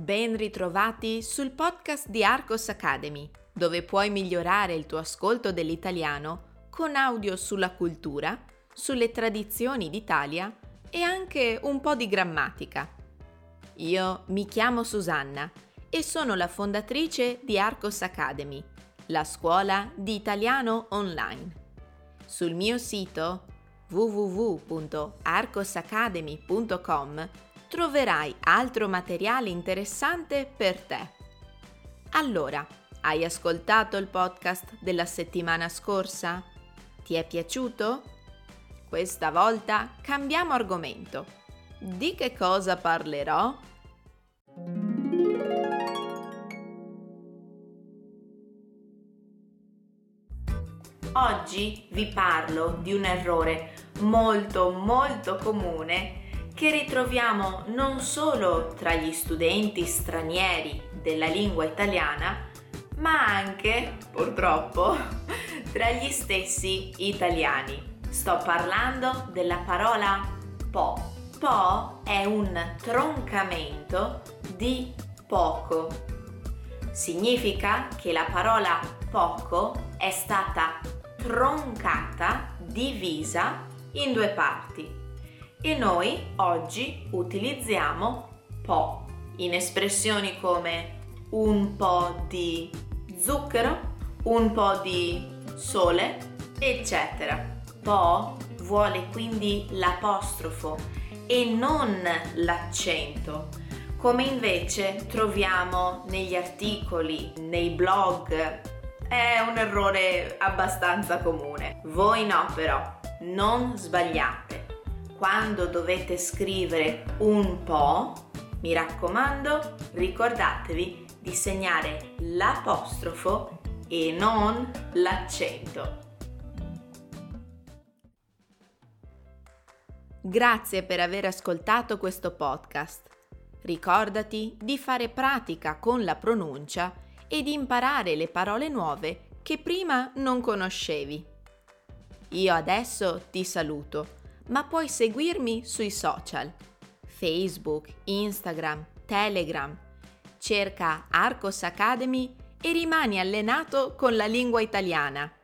Ben ritrovati sul podcast di Arcos Academy, dove puoi migliorare il tuo ascolto dell'italiano con audio sulla cultura, sulle tradizioni d'Italia e anche un po' di grammatica. Io mi chiamo Susanna e sono la fondatrice di Arcos Academy, la scuola di italiano online. Sul mio sito www.arcosacademy.com troverai altro materiale interessante per te. Allora, hai ascoltato il podcast della settimana scorsa? Ti è piaciuto? Questa volta cambiamo argomento. Di che cosa parlerò? Oggi vi parlo di un errore molto comune che ritroviamo non solo tra gli studenti stranieri della lingua italiana, ma anche, purtroppo, tra gli stessi italiani. Sto parlando della parola po'. Po' è un troncamento di poco. Significa che la parola poco è stata troncata, divisa in due parti. E noi oggi utilizziamo po' in espressioni come un po' di zucchero, un po' di sole, eccetera. Po' vuole quindi l'apostrofo e non l'accento, come invece troviamo negli articoli, nei blog. È un errore abbastanza comune. Voi no però, non sbagliate. Quando dovete scrivere un po', mi raccomando, ricordatevi di segnare l'apostrofo e non l'accento. Grazie per aver ascoltato questo podcast. Ricordati di fare pratica con la pronuncia e di imparare le parole nuove che prima non conoscevi. Io adesso ti saluto, ma puoi seguirmi sui social, Facebook, Instagram, Telegram. Cerca Arcos Academy e rimani allenato con la lingua italiana.